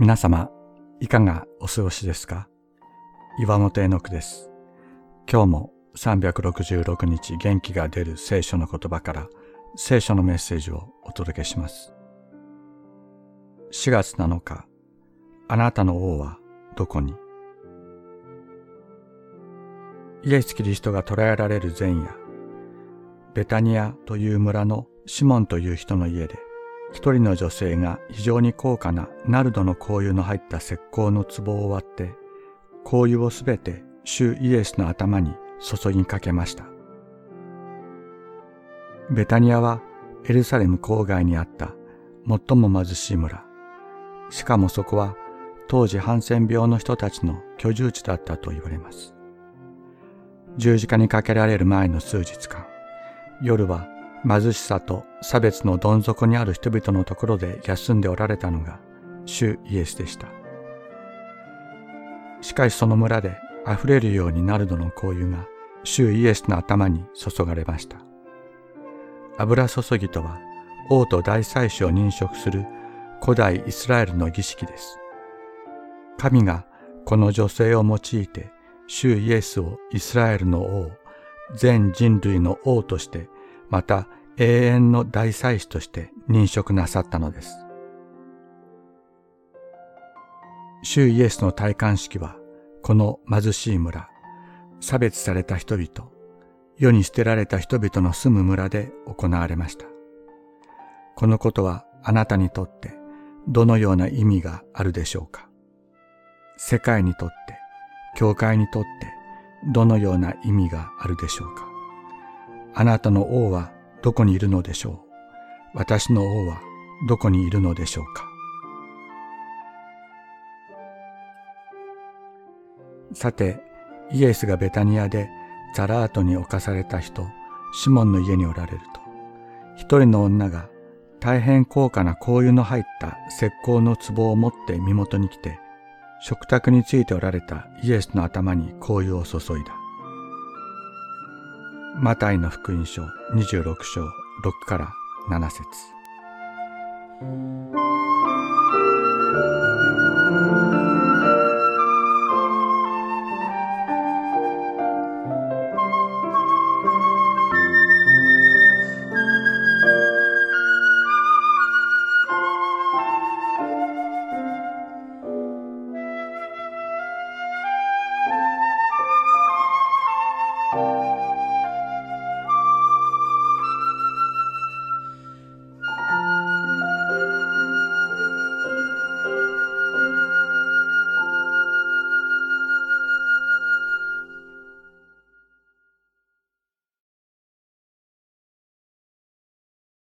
皆様、いかがお過ごしですか？岩本絵の句です。今日も366日元気が出る聖書の言葉から聖書のメッセージをお届けします。4月7日、あなたの王はどこに？イエス・キリストが捕らえられる前夜、ベタニアという村のシモンという人の家で、一人の女性が非常に高価なナルドの香油の入った石膏の壺を割って、香油をすべて主イエスの頭に注ぎかけました。ベタニアはエルサレム郊外にあった最も貧しい村。しかもそこは当時ハンセン病の人たちの居住地だったと言われます。十字架にかけられる前の数日間、夜は貧しさと差別のどん底にある人々のところで休んでおられたのが主イエスでした。しかしその村で溢れるようにナルドの香油が主イエスの頭に注がれました。油注ぎとは王と大祭司を認職する古代イスラエルの儀式です。神がこの女性を用いて主イエスをイスラエルの王、全人類の王としてまた永遠の大祭司として認職なさったのです。主イエスの戴冠式はこの貧しい村、差別された人々、世に捨てられた人々の住む村で行われました。このことはあなたにとってどのような意味があるでしょうか？世界にとって、教会にとってどのような意味があるでしょうか？あなたの王はどこにいるのでしょう？私の王はどこにいるのでしょうか？さて、イエスがベタニアでザラートに侵された人、シモンの家におられると、一人の女が大変高価な香油の入った石膏の壺を持って身元に来て、食卓についておられたイエスの頭に香油を注いだ。マタイの福音書26章6から7節。